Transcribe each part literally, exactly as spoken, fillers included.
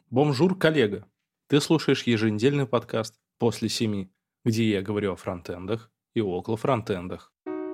Бонжур, коллега! Ты слушаешь еженедельный подкаст «После семи», где я говорю о фронтендах и около фронтендах.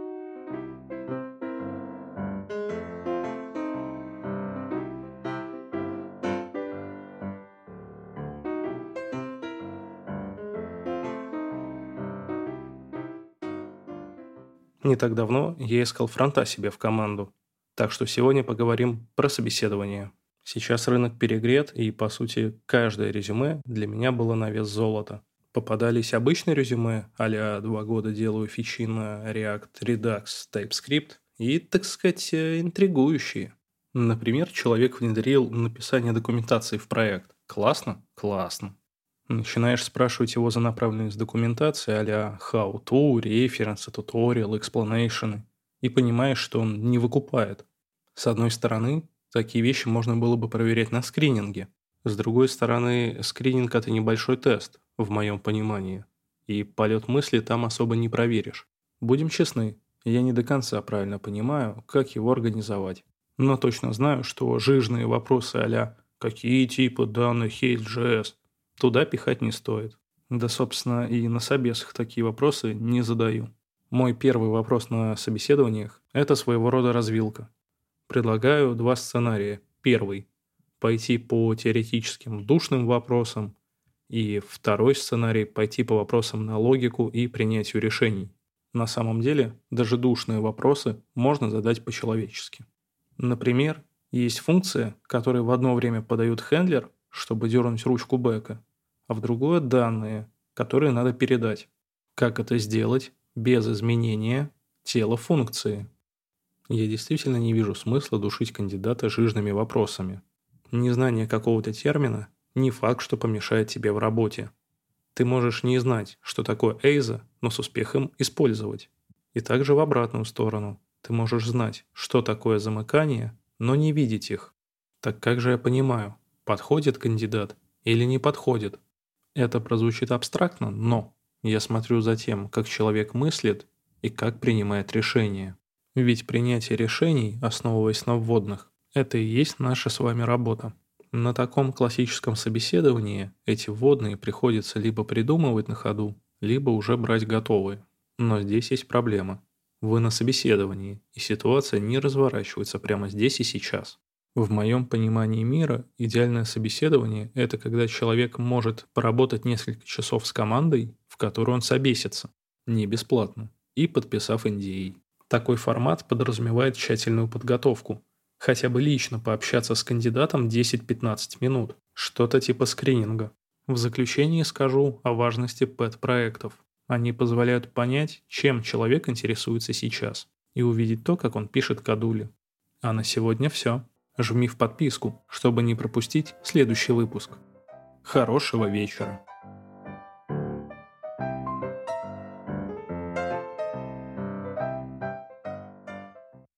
Не так давно я искал фронта себе в команду, так что сегодня поговорим про собеседование. Сейчас рынок перегрет, и, по сути, каждое резюме для меня было на вес золота. Попадались обычные резюме, а-ля два года делаю фичи на React, Redux, TypeScript, и, так сказать, интригующие. Например, человек внедрил написание документации в проект. Классно? Классно. Начинаешь спрашивать его за направленность документации а-ля how to, референсы, туториал, экспланейшены, и понимаешь, что он не выкупает. С одной стороны, такие вещи можно было бы проверять на скрининге. С другой стороны, скрининг – это небольшой тест, в моем понимании, и полет мысли там особо не проверишь. Будем честны, я не до конца правильно понимаю, как его организовать. Но точно знаю, что жирные вопросы а-ля «какие типы данных есть в джей эс?» туда пихать не стоит. Да, собственно, и на собесах такие вопросы не задаю. Мой первый вопрос на собеседованиях – это своего рода развилка. Предлагаю два сценария. Первый – пойти по теоретическим душным вопросам, и второй сценарий – пойти по вопросам на логику и принятию решений. На самом деле, даже душные вопросы можно задать по-человечески. Например, есть функция, которая в одно время подает хендлер, чтобы дернуть ручку бэка, а в другое – данные, которые надо передать. Как это сделать без изменения тела функции? Я действительно не вижу смысла душить кандидата жирными вопросами. Незнание какого-то термина не факт, что помешает тебе в работе. Ты можешь не знать, что такое эйза, но с успехом использовать. И также в обратную сторону. Ты можешь знать, что такое замыкание, но не видеть их. Так как же я понимаю, подходит кандидат или не подходит? Это прозвучит абстрактно, но я смотрю за тем, как человек мыслит и как принимает решения. Ведь принятие решений, основываясь на вводных, это и есть наша с вами работа. На таком классическом собеседовании эти вводные приходится либо придумывать на ходу, либо уже брать готовые. Но здесь есть проблема. Вы на собеседовании, и ситуация не разворачивается прямо здесь и сейчас. В моем понимании мира идеальное собеседование – это когда человек может поработать несколько часов с командой, в которой он собесится, не бесплатно, и подписав эн ди эй. Такой формат подразумевает тщательную подготовку. Хотя бы лично пообщаться с кандидатом десять-пятнадцать минут. Что-то типа скрининга. В заключение скажу о важности пэт-проектов. Они позволяют понять, чем человек интересуется сейчас, и увидеть то, как он пишет кодули. А на сегодня все. Жми в подписку, чтобы не пропустить следующий выпуск. Хорошего вечера.